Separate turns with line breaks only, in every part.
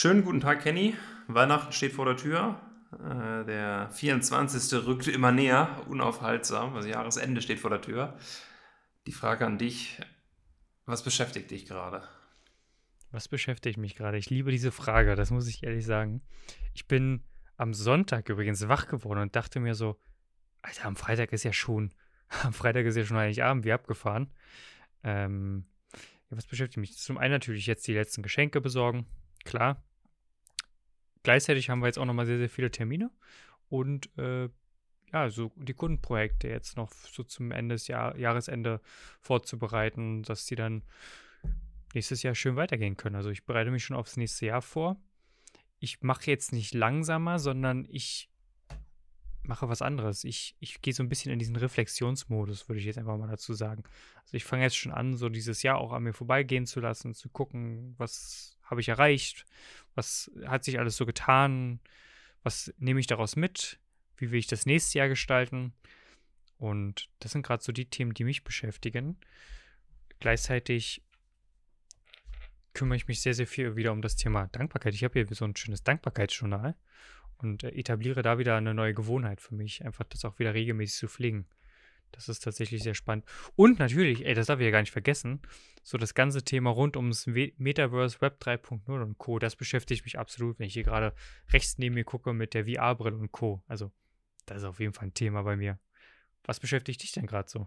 Schönen guten Tag, Kenny. Weihnachten steht vor der Tür. Der 24. rückt immer näher, unaufhaltsam. Also Jahresende steht vor der Tür. Die Frage an dich, was beschäftigt dich gerade?
Was beschäftigt mich gerade? Ich liebe diese Frage, das muss ich ehrlich sagen. Ich bin am Sonntag übrigens wach geworden und dachte mir so, Alter, am Freitag ist ja schon Heiligabend, wie abgefahren. Ähm, ja, was beschäftigt mich? Zum einen natürlich jetzt die letzten Geschenke besorgen, klar. Gleichzeitig haben wir jetzt auch nochmal sehr, sehr viele Termine und ja, so die Kundenprojekte jetzt noch so zum Ende des Jahresende vorzubereiten, dass die dann nächstes Jahr schön weitergehen können. Also ich bereite mich schon aufs nächste Jahr vor. Ich mache jetzt nicht langsamer, sondern ich mache was anderes. Ich gehe so ein bisschen in diesen Reflexionsmodus, würde ich jetzt einfach mal dazu sagen. Also ich fange jetzt schon an, so dieses Jahr auch an mir vorbeigehen zu lassen, zu gucken, was habe ich erreicht, was hat sich alles so getan, was nehme ich daraus mit, wie will ich das nächste Jahr gestalten. Und das sind gerade so die Themen, die mich beschäftigen. Gleichzeitig kümmere ich mich sehr, sehr viel wieder um das Thema Dankbarkeit. Ich habe hier so ein schönes Dankbarkeitsjournal und etabliere da wieder eine neue Gewohnheit für mich, einfach das auch wieder regelmäßig zu pflegen. Das ist tatsächlich sehr spannend. Und natürlich, das darf ich ja gar nicht vergessen, so das ganze Thema rund ums Metaverse, Web 3.0 und Co., das beschäftigt mich absolut, wenn ich hier gerade rechts neben mir gucke mit der VR-Brille und Co. Also, das ist auf jeden Fall ein Thema bei mir. Was beschäftigt dich denn gerade so?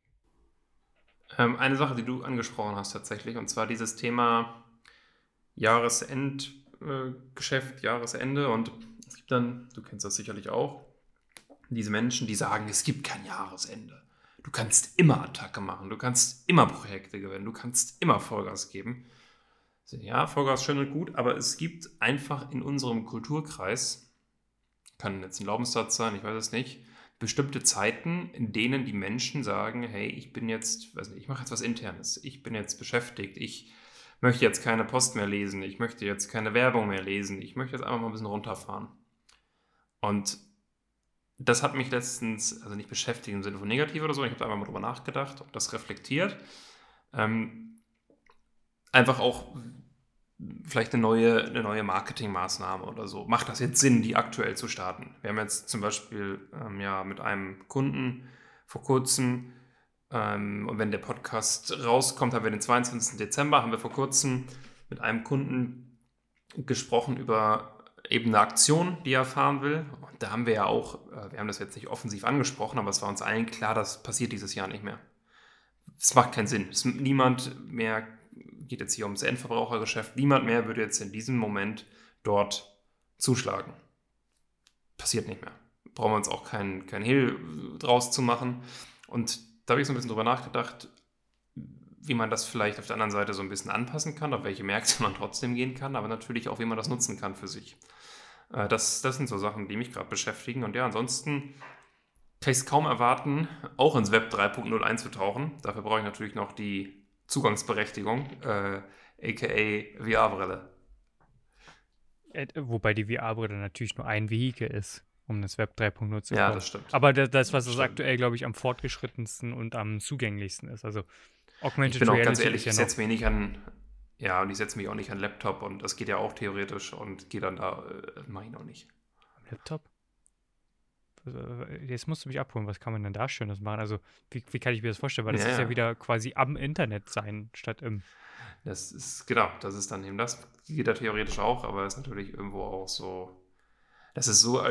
Eine Sache, die du angesprochen hast tatsächlich, und zwar dieses Thema Jahresendgeschäft, Jahresende. Und es gibt dann, du kennst das sicherlich auch, diese Menschen, die sagen, es gibt kein Jahresende. Du kannst immer Attacke machen, du kannst immer Projekte gewinnen, du kannst immer Vollgas geben. Ja, Vollgas schön und gut, aber es gibt einfach in unserem Kulturkreis, kann jetzt ein Glaubenssatz sein, ich weiß es nicht, bestimmte Zeiten, in denen die Menschen sagen, hey, ich bin jetzt, weiß nicht, ich mache jetzt was Internes, ich bin jetzt beschäftigt, ich möchte jetzt keine Post mehr lesen, ich möchte jetzt keine Werbung mehr lesen, ich möchte jetzt einfach mal ein bisschen runterfahren. Und das hat mich letztens, also nicht beschäftigt im Sinne von negativ oder so, ich habe da einfach mal drüber nachgedacht und das reflektiert. Einfach auch vielleicht eine neue Marketingmaßnahme oder so. Macht das jetzt Sinn, die aktuell zu starten? Wir haben jetzt zum Beispiel ja mit einem Kunden vor kurzem, und wenn der Podcast rauskommt, haben wir den 22. Dezember, haben wir vor kurzem mit einem Kunden gesprochen über eben eine Aktion, die er fahren will. Und da haben wir ja auch, wir haben das jetzt nicht offensiv angesprochen, aber es war uns allen klar, das passiert dieses Jahr nicht mehr. Es macht keinen Sinn. Niemand mehr, geht jetzt hier ums Endverbrauchergeschäft, niemand mehr würde jetzt in diesem Moment dort zuschlagen. Passiert nicht mehr. Brauchen wir uns auch kein Hehl draus zu machen. Und da habe ich so ein bisschen drüber nachgedacht, wie man das vielleicht auf der anderen Seite so ein bisschen anpassen kann, auf welche Märkte man trotzdem gehen kann, aber natürlich auch, wie man das nutzen kann für sich. Das sind so Sachen, die mich gerade beschäftigen. Und ja, ansonsten kann ich es kaum erwarten, auch ins Web 3.0 einzutauchen. Dafür brauche ich natürlich noch die Zugangsberechtigung, aka VR-Brille.
Wobei die VR-Brille natürlich nur ein Vehikel ist, um das Web 3.0 zu
Ja,
kommen.
das stimmt.
Aber das, was
Das
das
stimmt.
aktuell, glaube ich, am fortgeschrittensten und am zugänglichsten ist. Also
Ich bin
Augmented
auch ganz
Reality
ehrlich,
ist ja
ich
noch
setze mich nicht an, ja, und ich setze mich auch nicht an Laptop und das geht ja auch theoretisch und gehe dann da, mache ich noch nicht.
am Laptop. Jetzt musst du mich abholen, was kann man denn da Schönes machen? Also, wie kann ich mir das vorstellen? Weil das
Ja,
ist ja
ja.
wieder quasi am Internet sein, statt im.
Das ist, genau, das ist dann eben das. Geht da theoretisch auch, aber ist natürlich irgendwo auch so. Das ist so,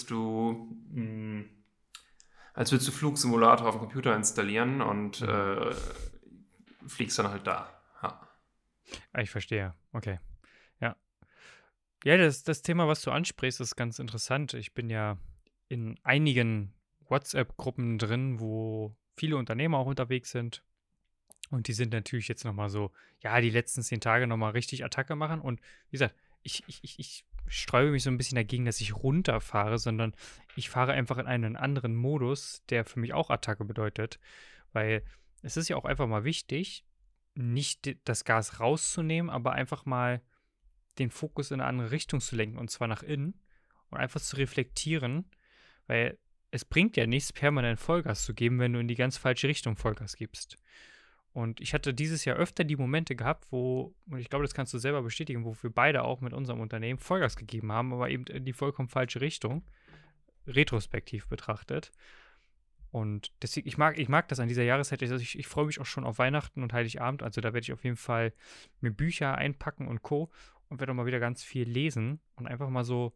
als würdest du Flugsimulator auf dem Computer installieren und fliegst dann halt da. Ja.
Ich verstehe. Okay. Ja. Ja, das Thema, was du ansprichst, ist ganz interessant. Ich bin ja in einigen WhatsApp-Gruppen drin, wo viele Unternehmer auch unterwegs sind. Und die sind natürlich jetzt nochmal so, ja, die letzten 10 Tage nochmal richtig Attacke machen. Und wie gesagt, ich sträube mich so ein bisschen dagegen, dass ich runterfahre, sondern ich fahre einfach in einen anderen Modus, der für mich auch Attacke bedeutet. Weil es ist ja auch einfach mal wichtig, nicht das Gas rauszunehmen, aber einfach mal den Fokus in eine andere Richtung zu lenken, und zwar nach innen und einfach zu reflektieren, weil es bringt ja nichts, permanent Vollgas zu geben, wenn du in die ganz falsche Richtung Vollgas gibst. Und ich hatte dieses Jahr öfter die Momente gehabt, und ich glaube, das kannst du selber bestätigen, wo wir beide auch mit unserem Unternehmen Vollgas gegeben haben, aber eben in die vollkommen falsche Richtung, retrospektiv betrachtet. Und deswegen, ich mag das an dieser Jahreszeit. Also ich freue mich auch schon auf Weihnachten und Heiligabend. Also da werde ich auf jeden Fall mir Bücher einpacken und Co. und werde auch mal wieder ganz viel lesen und einfach mal so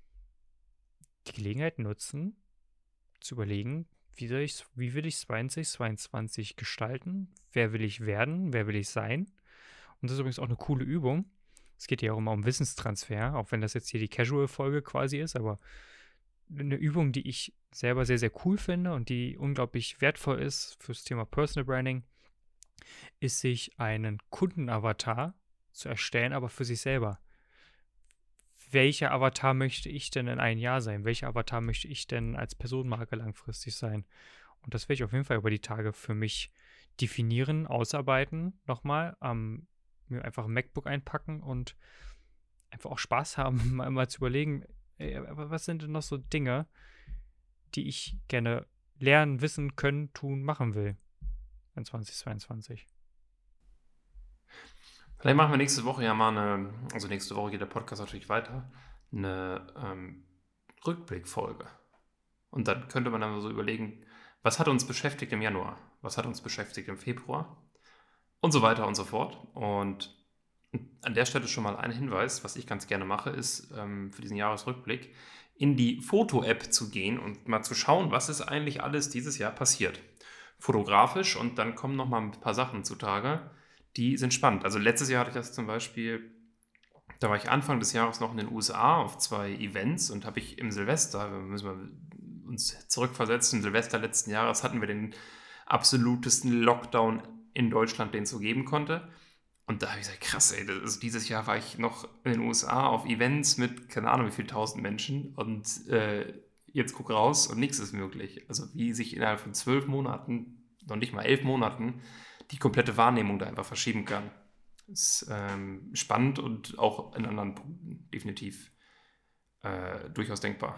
die Gelegenheit nutzen, zu überlegen, wie will ich 2022 gestalten? Wer will ich werden? Wer will ich sein? Und das ist übrigens auch eine coole Übung. Es geht ja auch immer um Wissenstransfer, auch wenn das jetzt hier die Casual-Folge quasi ist, aber eine Übung, die ich selber sehr, sehr cool finde und die unglaublich wertvoll ist fürs Thema Personal Branding, ist, sich einen Kundenavatar zu erstellen, aber für sich selber. Welcher Avatar möchte ich denn in einem Jahr sein? Welcher Avatar möchte ich denn als Personenmarke langfristig sein? Und das werde ich auf jeden Fall über die Tage für mich definieren, ausarbeiten, nochmal, mir einfach ein MacBook einpacken und einfach auch Spaß haben, mal zu überlegen, was sind denn noch so Dinge, die ich gerne lernen, wissen, können, tun, machen will in 2022.
Vielleicht machen wir nächste Woche ja mal also nächste Woche geht der Podcast natürlich weiter, eine Rückblickfolge. Und dann könnte man dann so überlegen, was hat uns beschäftigt im Januar, was hat uns beschäftigt im Februar und so weiter und so fort. Und an der Stelle schon mal ein Hinweis, was ich ganz gerne mache, ist für diesen Jahresrückblick in die Foto-App zu gehen und mal zu schauen, was ist eigentlich alles dieses Jahr passiert. Fotografisch, und dann kommen noch mal ein paar Sachen zutage, die sind spannend. Also letztes Jahr hatte ich das zum Beispiel, da war ich Anfang des Jahres noch in den USA auf 2 Events und habe ich im Silvester, müssen wir uns zurückversetzen, im Silvester letzten Jahres hatten wir den absolutesten Lockdown in Deutschland, den es so geben konnte. Und da habe ich gesagt, krass, ey, also dieses Jahr war ich noch in den USA auf Events mit, keine Ahnung, wie viel 1000 Menschen und jetzt guck raus und nichts ist möglich. Also wie sich innerhalb von 12 Monaten, noch nicht mal 11 Monaten, die komplette Wahrnehmung da einfach verschieben kann. Ist spannend und auch in anderen Punkten definitiv durchaus denkbar.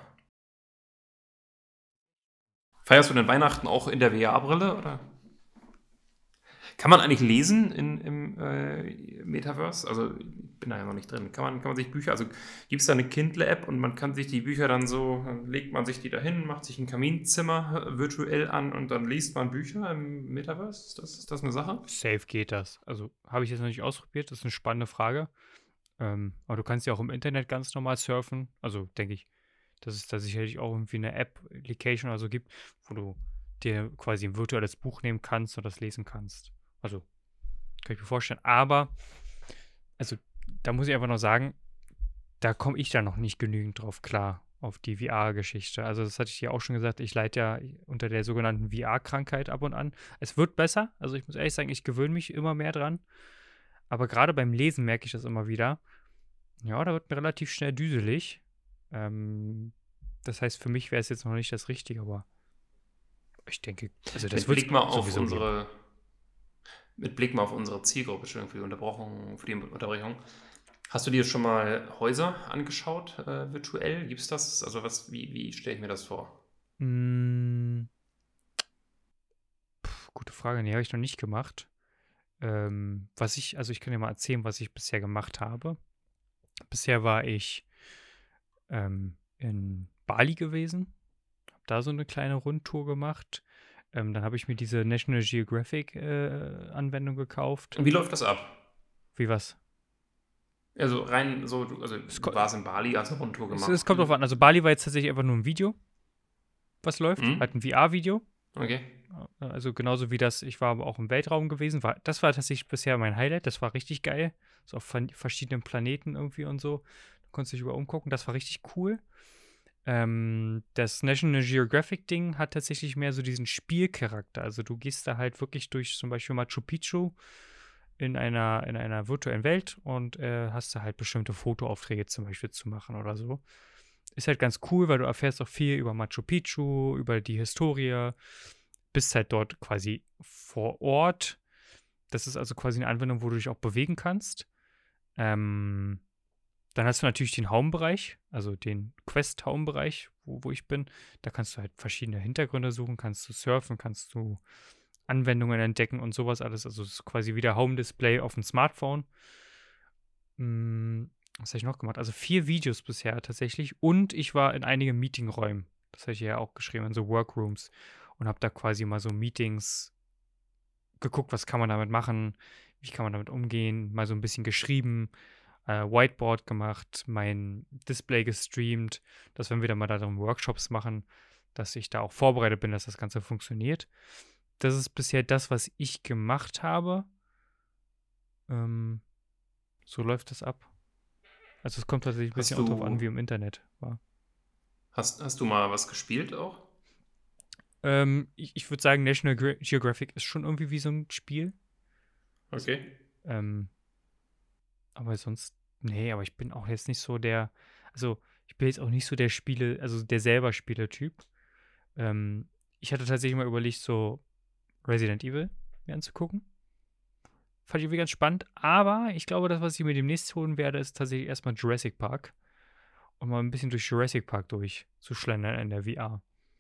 Feierst du denn Weihnachten auch in der VR-Brille, oder? Kann man eigentlich lesen im Metaverse? Also ich bin da ja noch nicht drin. Kann man sich Bücher, also gibt es da eine Kindle-App und man kann sich die Bücher dann so, dann legt man sich die da hin, macht sich ein Kaminzimmer virtuell an und dann liest man Bücher im Metaverse? Ist das eine Sache?
Safe geht das. Also habe ich jetzt noch nicht ausprobiert, das ist eine spannende Frage. Aber du kannst ja auch im Internet ganz normal surfen. Also denke ich, dass es da sicherlich auch irgendwie eine App-Application oder so gibt, wo du dir quasi ein virtuelles Buch nehmen kannst und das lesen kannst. Also, kann ich mir vorstellen. Aber, also, da muss ich einfach noch sagen, da komme ich da noch nicht genügend drauf klar, auf die VR-Geschichte. Also, das hatte ich ja auch schon gesagt, ich leide ja unter der sogenannten VR-Krankheit ab und an. Es wird besser, also ich muss ehrlich sagen, ich gewöhne mich immer mehr dran. Aber gerade beim Lesen merke ich das immer wieder. Ja, da wird mir relativ schnell düselig. Das heißt, für mich wäre es jetzt noch nicht das Richtige, aber ich denke, also das wird sowieso gehen.
Mit Blick mal auf unsere Zielgruppe, Entschuldigung für die Unterbrechung. Hast du dir schon mal Häuser angeschaut, virtuell? Gibt es das? Also wie stelle ich mir das vor?
Gute Frage, nee, habe ich noch nicht gemacht. Also ich kann dir mal erzählen, was ich bisher gemacht habe. Bisher war ich in Bali gewesen, habe da so eine kleine Rundtour gemacht. Dann habe ich mir diese National Geographic Anwendung gekauft.
Und wie läuft das ab?
Wie was?
Also rein so, du warst in Bali, hast eine Rundtour gemacht.
Es kommt drauf an. Also Bali war jetzt tatsächlich einfach nur ein Video, was läuft. Halt ein VR-Video.
Okay.
Also genauso wie das, ich war aber auch im Weltraum gewesen. Das war tatsächlich bisher mein Highlight. Das war richtig geil. So auf verschiedenen Planeten irgendwie und so. Da konntest du dich über umgucken. Das war richtig cool. Das National Geographic Ding hat tatsächlich mehr so diesen Spielcharakter. Also du gehst da halt wirklich durch zum Beispiel Machu Picchu in einer virtuellen Welt und hast da halt bestimmte Fotoaufträge zum Beispiel zu machen oder so. Ist halt ganz cool, weil du erfährst auch viel über Machu Picchu, über die Historie, bist halt dort quasi vor Ort. Das ist also quasi eine Anwendung, wo du dich auch bewegen kannst. Dann hast du natürlich den Hauptbereich, also den Quest-Hauptbereich, wo ich bin. Da kannst du halt verschiedene Hintergründe suchen, kannst du surfen, kannst du Anwendungen entdecken und sowas alles. Also es ist quasi wieder Home-Display auf dem Smartphone. Was habe ich noch gemacht? Also 4 Videos bisher tatsächlich. Und ich war in einigen Meetingräumen. Das habe ich ja auch geschrieben, in so Workrooms. Und habe da quasi mal so Meetings geguckt, was kann man damit machen, wie kann man damit umgehen, mal so ein bisschen geschrieben, Whiteboard gemacht, mein Display gestreamt, dass wenn wir dann mal da drin Workshops machen, dass ich da auch vorbereitet bin, dass das Ganze funktioniert. Das ist bisher das, was ich gemacht habe. So läuft das ab. Also es kommt tatsächlich ein bisschen auch drauf an, wie im Internet war.
Hast du mal was gespielt auch?
Ich würde sagen, National Geographic ist schon irgendwie wie so ein Spiel.
Okay.
Aber sonst, nee, aber ich bin auch jetzt nicht so der, also ich bin jetzt auch nicht so der der selber Spielertyp. Ich hatte tatsächlich mal überlegt, so Resident Evil mir anzugucken. Fand ich irgendwie ganz spannend, aber ich glaube, das, was ich mir demnächst holen werde, ist tatsächlich erstmal Jurassic Park. Und mal ein bisschen durch Jurassic Park durchzuschlendern in der VR.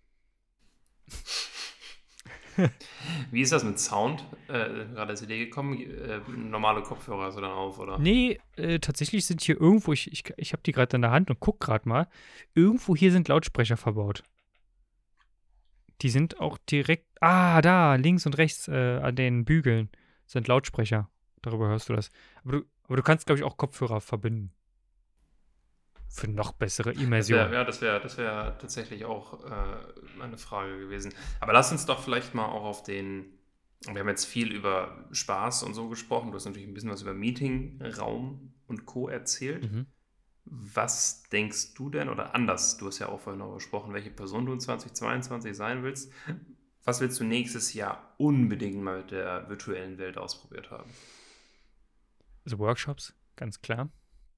Wie ist das mit Sound? Gerade als Idee gekommen, normale Kopfhörer hast du dann auf, oder?
Nee, tatsächlich sind hier irgendwo, ich habe die gerade in der Hand und guck gerade mal, irgendwo hier sind Lautsprecher verbaut. Die sind auch direkt, da, links und rechts an den Bügeln sind Lautsprecher. Darüber hörst du das. Aber du kannst, glaube ich, auch Kopfhörer verbinden. Für noch bessere Immersion.
Das wäre tatsächlich auch eine Frage gewesen. Aber lass uns doch vielleicht mal auch wir haben jetzt viel über Spaß und so gesprochen. Du hast natürlich ein bisschen was über Meetingraum und Co. erzählt.
Mhm.
Was denkst du denn, oder anders, du hast ja auch vorhin noch gesprochen, welche Person du in 2022 sein willst. Was willst du nächstes Jahr unbedingt mal mit der virtuellen Welt ausprobiert haben?
Also Workshops, ganz klar.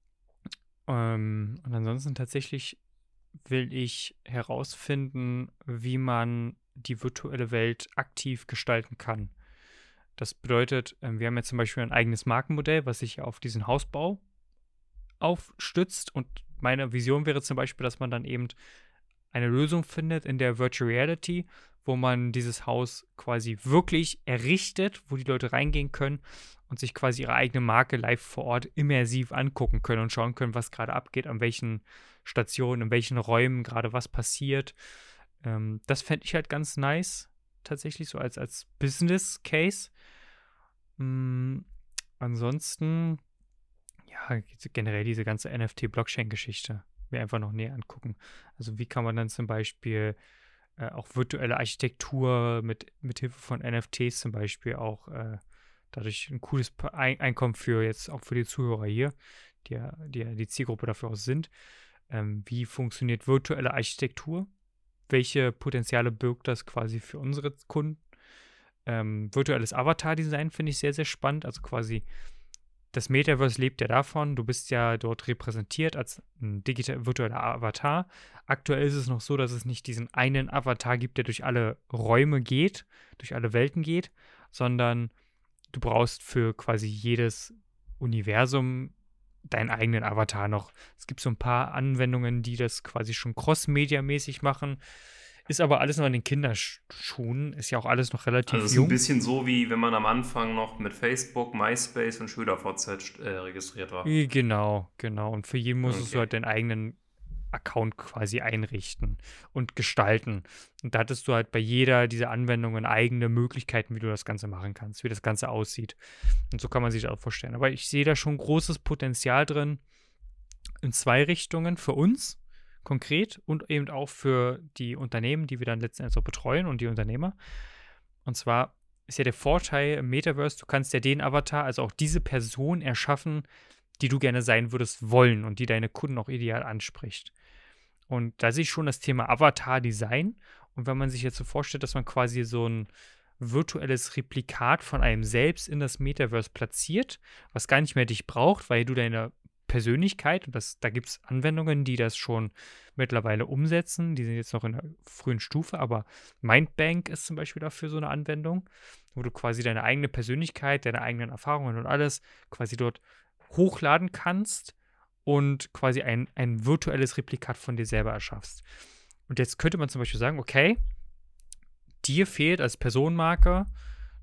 Und ansonsten tatsächlich will ich herausfinden, wie man die virtuelle Welt aktiv gestalten kann. Das bedeutet, wir haben jetzt zum Beispiel ein eigenes Markenmodell, was sich auf diesen Hausbau aufstützt. Und meine Vision wäre zum Beispiel, dass man dann eben eine Lösung findet in der Virtual Reality, wo man dieses Haus quasi wirklich errichtet, wo die Leute reingehen können und sich quasi ihre eigene Marke live vor Ort immersiv angucken können und schauen können, was gerade abgeht, an welchen Stationen, in welchen Räumen gerade was passiert. Das fände ich halt ganz nice, tatsächlich so als Business Case. Ansonsten, ja, generell diese ganze NFT-Blockchain-Geschichte mir einfach noch näher angucken. Also wie kann man dann zum Beispiel auch virtuelle Architektur mit Hilfe von NFTs zum Beispiel auch dadurch ein cooles Einkommen für jetzt auch für die Zuhörer hier, die Zielgruppe dafür auch sind. Wie funktioniert virtuelle Architektur? Welche Potenziale birgt das quasi für unsere Kunden? Virtuelles Avatar-Design finde ich sehr, sehr spannend. Also quasi das Metaverse lebt ja davon, du bist ja dort repräsentiert als ein virtueller Avatar. Aktuell ist es noch so, dass es nicht diesen einen Avatar gibt, der durch alle Räume geht, durch alle Welten geht, sondern du brauchst für quasi jedes Universum deinen eigenen Avatar noch. Es gibt so ein paar Anwendungen, die das quasi schon cross-media-mäßig machen. Ist aber alles noch in den Kinderschuhen. Ist ja auch alles noch relativ jung.
Also es ist ein bisschen so, wie wenn man am Anfang noch mit Facebook, MySpace und SchülerVZ registriert war.
Genau. Und für jeden musstest du halt deinen eigenen Account quasi einrichten und gestalten. Und da hattest du halt bei jeder dieser Anwendungen eigene Möglichkeiten, wie du das Ganze machen kannst, wie das Ganze aussieht. Und so kann man sich das auch vorstellen. Aber ich sehe da schon großes Potenzial drin in 2 Richtungen für uns konkret und eben auch für die Unternehmen, die wir dann letzten Endes auch betreuen und die Unternehmer. Und zwar ist ja der Vorteil im Metaverse, du kannst ja den Avatar, also auch diese Person erschaffen, die du gerne sein würdest wollen und die deine Kunden auch ideal anspricht. Und da sehe ich schon das Thema Avatar-Design. Und wenn man sich jetzt so vorstellt, dass man quasi so ein virtuelles Replikat von einem selbst in das Metaverse platziert, was gar nicht mehr dich braucht, weil du deine Persönlichkeit, und da gibt es Anwendungen, die das schon mittlerweile umsetzen, die sind jetzt noch in der frühen Stufe, aber Mindbank ist zum Beispiel dafür so eine Anwendung, wo du quasi deine eigene Persönlichkeit, deine eigenen Erfahrungen und alles quasi dort hochladen kannst und quasi ein virtuelles Replikat von dir selber erschaffst. Und jetzt könnte man zum Beispiel sagen, okay, dir fehlt als Personenmarke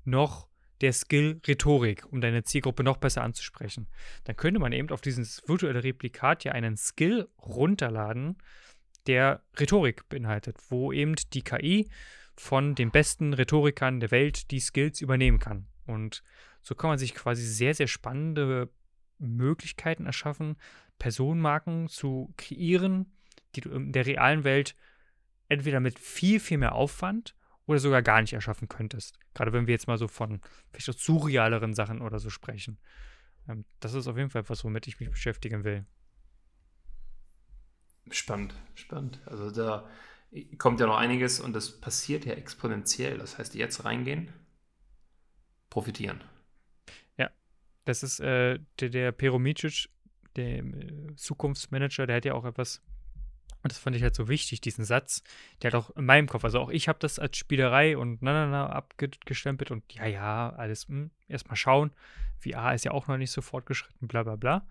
noch der Skill Rhetorik, um deine Zielgruppe noch besser anzusprechen. Dann könnte man eben auf dieses virtuelle Replikat ja einen Skill runterladen, der Rhetorik beinhaltet, wo eben die KI von den besten Rhetorikern der Welt die Skills übernehmen kann. Und so kann man sich quasi sehr, sehr spannende Möglichkeiten erschaffen, Personenmarken zu kreieren, die du in der realen Welt entweder mit viel, viel mehr Aufwand oder sogar gar nicht erschaffen könntest. Gerade wenn wir jetzt mal so von vielleicht auch surrealeren Sachen oder so sprechen. Das ist auf jeden Fall etwas, womit ich mich beschäftigen will.
Spannend, spannend. Also da kommt ja noch einiges und das passiert ja exponentiell. Das heißt, jetzt reingehen, profitieren.
Ja, das ist der Pero Micic, der Zukunftsmanager, der hat ja auch etwas, und das fand ich halt so wichtig, diesen Satz, der hat auch in meinem Kopf, also auch ich habe das als Spielerei und abgestempelt und ja, alles, erstmal schauen. VR ist ja auch noch nicht so fortgeschritten, bla bla bla.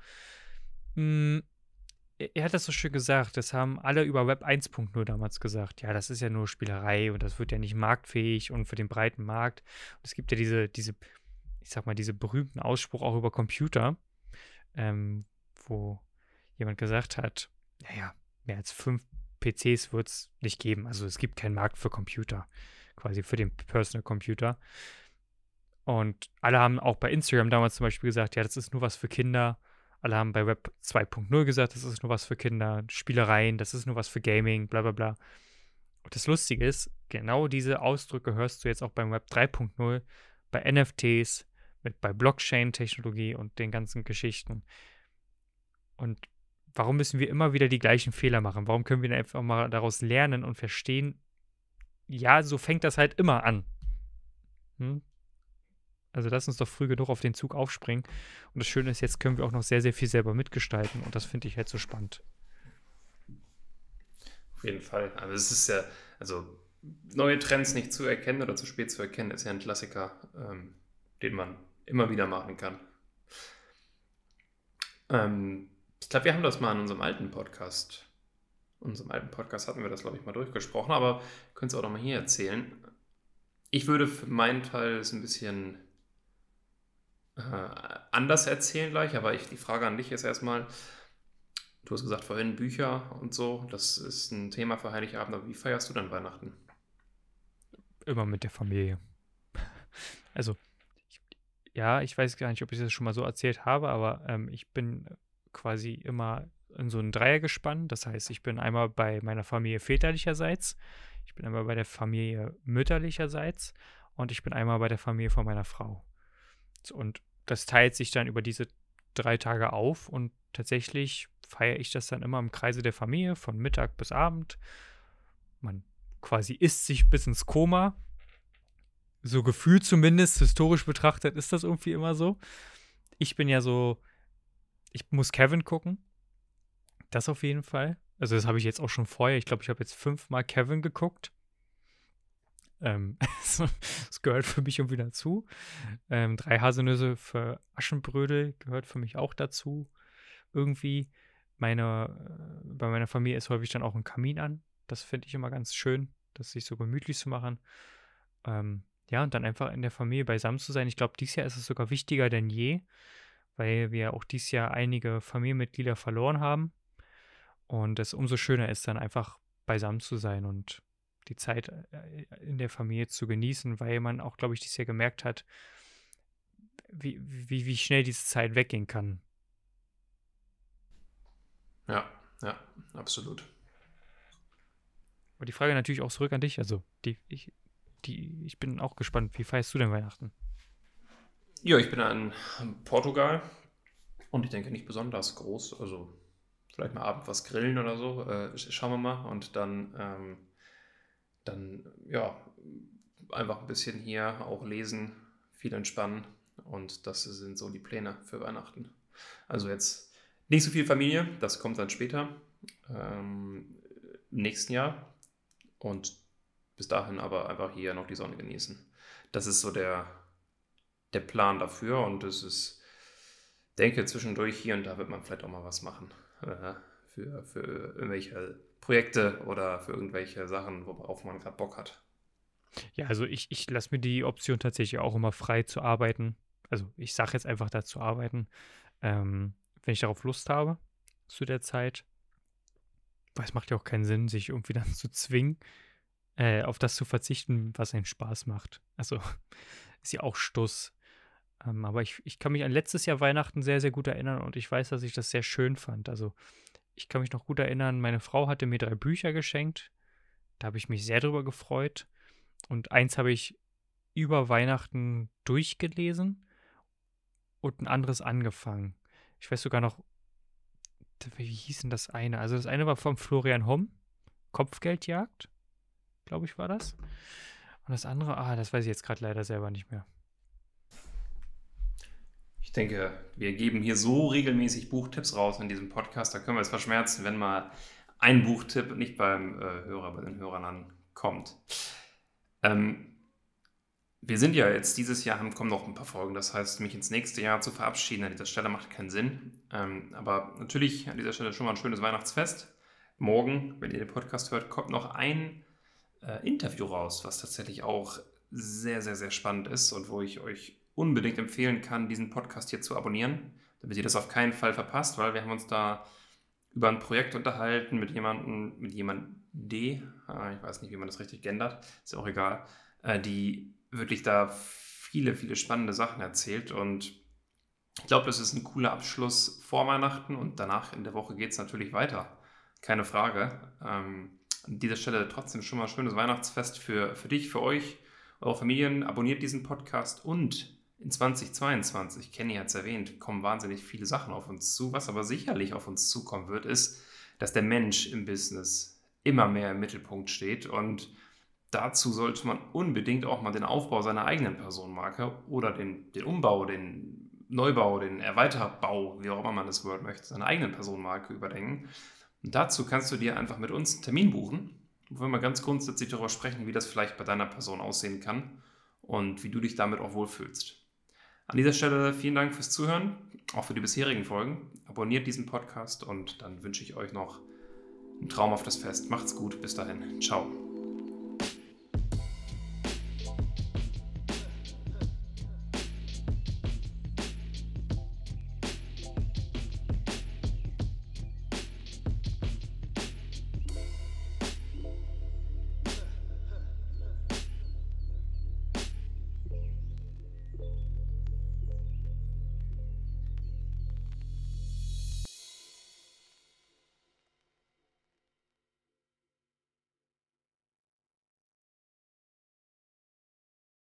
Er hat das so schön gesagt, das haben alle über Web 1.0 damals gesagt. Ja, das ist ja nur Spielerei und das wird ja nicht marktfähig und für den breiten Markt. Und es gibt ja diese, ich sag mal, diese berühmten Ausspruch auch über Computer, wo jemand gesagt hat, naja, mehr als 5 PCs wird es nicht geben. Also es gibt keinen Markt für Computer, quasi für den Personal Computer. Und alle haben auch bei Instagram damals zum Beispiel gesagt, ja, das ist nur was für Kinder. Alle haben bei Web 2.0 gesagt, das ist nur was für Kinder, Spielereien, das ist nur was für Gaming, bla bla bla. Und das Lustige ist, genau diese Ausdrücke hörst du jetzt auch beim Web 3.0, bei NFTs, bei Blockchain-Technologie und den ganzen Geschichten. Und warum müssen wir immer wieder die gleichen Fehler machen? Warum können wir dann einfach mal daraus lernen und verstehen, ja, so fängt das halt immer an. Also lass uns doch früh genug auf den Zug aufspringen. Und das Schöne ist, jetzt können wir auch noch sehr, sehr viel selber mitgestalten. Und das finde ich halt so spannend.
Auf jeden Fall. Aber es ist ja, also neue Trends nicht zu erkennen oder zu spät zu erkennen, ist ja ein Klassiker, den man immer wieder machen kann. Ich glaube, wir haben das mal in unserem alten Podcast. In unserem alten Podcast hatten wir das, glaube ich, mal durchgesprochen, aber könnt es auch noch mal hier erzählen. Ich würde für meinen Teil es ein bisschen anders erzählen gleich, aber die Frage an dich ist erstmal, du hast gesagt vorhin Bücher und so, das ist ein Thema für Heiligabend, aber wie feierst du dann Weihnachten?
Immer mit der Familie. Also, ich weiß gar nicht, ob ich das schon mal so erzählt habe, aber ich bin quasi immer in so ein Dreiergespann. Das heißt, ich bin einmal bei meiner Familie väterlicherseits, ich bin einmal bei der Familie mütterlicherseits und ich bin einmal bei der Familie von meiner Frau. Und das teilt sich dann über diese 3 Tage auf und tatsächlich feiere ich das dann immer im Kreise der Familie von Mittag bis Abend. Man quasi isst sich bis ins Koma. So gefühlt zumindest, historisch betrachtet, ist das irgendwie immer so. Ich bin ja so, ich muss Kevin gucken. Das auf jeden Fall. Also das habe ich jetzt auch schon vorher. Ich glaube, ich habe jetzt 5-mal Kevin geguckt. Das gehört für mich irgendwie dazu. 3 Haselnüsse für Aschenbrödel gehört für mich auch dazu. Irgendwie. Bei meiner Familie ist häufig dann auch ein Kamin an. Das finde ich immer ganz schön, das sich so gemütlich zu machen. Ja, und dann einfach in der Familie beisammen zu sein. Ich glaube, dieses Jahr ist es sogar wichtiger denn je, weil wir auch dieses Jahr einige Familienmitglieder verloren haben. Und es umso schöner ist, dann einfach beisammen zu sein und die Zeit in der Familie zu genießen, weil man auch, glaube ich, dieses Jahr gemerkt hat, wie schnell diese Zeit weggehen kann.
Ja, absolut.
Aber die Frage natürlich auch zurück an dich. Also, ich bin auch gespannt, wie feierst du denn Weihnachten?
Ja, ich bin in Portugal und ich denke nicht besonders groß. Also vielleicht mal abends was grillen oder so. Schauen wir mal. Und dann ja, einfach ein bisschen hier auch lesen, viel entspannen. Und das sind so die Pläne für Weihnachten. Also jetzt nicht so viel Familie, das kommt dann später, im nächsten Jahr. Und bis dahin aber einfach hier noch die Sonne genießen. Das ist so der Plan dafür und es ist, denke zwischendurch hier und da wird man vielleicht auch mal was machen für irgendwelche Projekte oder für irgendwelche Sachen, worauf man gerade Bock hat.
Ja, also ich lasse mir die Option tatsächlich auch immer frei zu arbeiten. Also ich sage jetzt einfach da zu arbeiten, wenn ich darauf Lust habe zu der Zeit. Weil es macht ja auch keinen Sinn, sich irgendwie dann zu zwingen, auf das zu verzichten, was einen Spaß macht. Also ist ja auch Stuss. Aber ich kann mich an letztes Jahr Weihnachten sehr, sehr gut erinnern und ich weiß, dass ich das sehr schön fand. Also ich kann mich noch gut erinnern, meine Frau hatte mir 3 Bücher geschenkt. Da habe ich mich sehr drüber gefreut. Und eins habe ich über Weihnachten durchgelesen und ein anderes angefangen. Ich weiß sogar noch, wie hieß denn das eine? Also das eine war von Florian Homm, Kopfgeldjagd, glaube ich, war das. Und das andere, das weiß ich jetzt gerade leider selber nicht mehr.
Ich denke, wir geben hier so regelmäßig Buchtipps raus in diesem Podcast, da können wir es verschmerzen, wenn mal ein Buchtipp nicht beim Hörer, bei den Hörern ankommt. Wir sind ja jetzt dieses Jahr, kommen noch ein paar Folgen, das heißt, mich ins nächste Jahr zu verabschieden an dieser Stelle macht keinen Sinn. Aber natürlich an dieser Stelle schon mal ein schönes Weihnachtsfest. Morgen, wenn ihr den Podcast hört, kommt noch ein Interview raus, was tatsächlich auch sehr, sehr, sehr spannend ist und wo ich euch unbedingt empfehlen kann, diesen Podcast hier zu abonnieren, damit ihr das auf keinen Fall verpasst, weil wir haben uns da über ein Projekt unterhalten mit jemandem, ich weiß nicht, wie man das richtig gendert, ist ja auch egal, die wirklich da viele, viele spannende Sachen erzählt und ich glaube, das ist ein cooler Abschluss vor Weihnachten und danach in der Woche geht es natürlich weiter. Keine Frage. An dieser Stelle trotzdem schon mal ein schönes Weihnachtsfest für dich, für euch, eure Familien. Abonniert diesen Podcast und in 2022, Kenny hat es erwähnt, kommen wahnsinnig viele Sachen auf uns zu. Was aber sicherlich auf uns zukommen wird, ist, dass der Mensch im Business immer mehr im Mittelpunkt steht und dazu sollte man unbedingt auch mal den Aufbau seiner eigenen Personenmarke oder den Umbau, den Neubau, den Erweiterbau, wie auch immer man das Word möchte, seiner eigenen Personenmarke überdenken. Und dazu kannst du dir einfach mit uns einen Termin buchen, wo wir mal ganz grundsätzlich darüber sprechen, wie das vielleicht bei deiner Person aussehen kann und wie du dich damit auch wohlfühlst. An dieser Stelle vielen Dank fürs Zuhören, auch für die bisherigen Folgen. Abonniert diesen Podcast und dann wünsche ich euch noch einen traumhaftes Fest. Macht's gut, bis dahin. Ciao.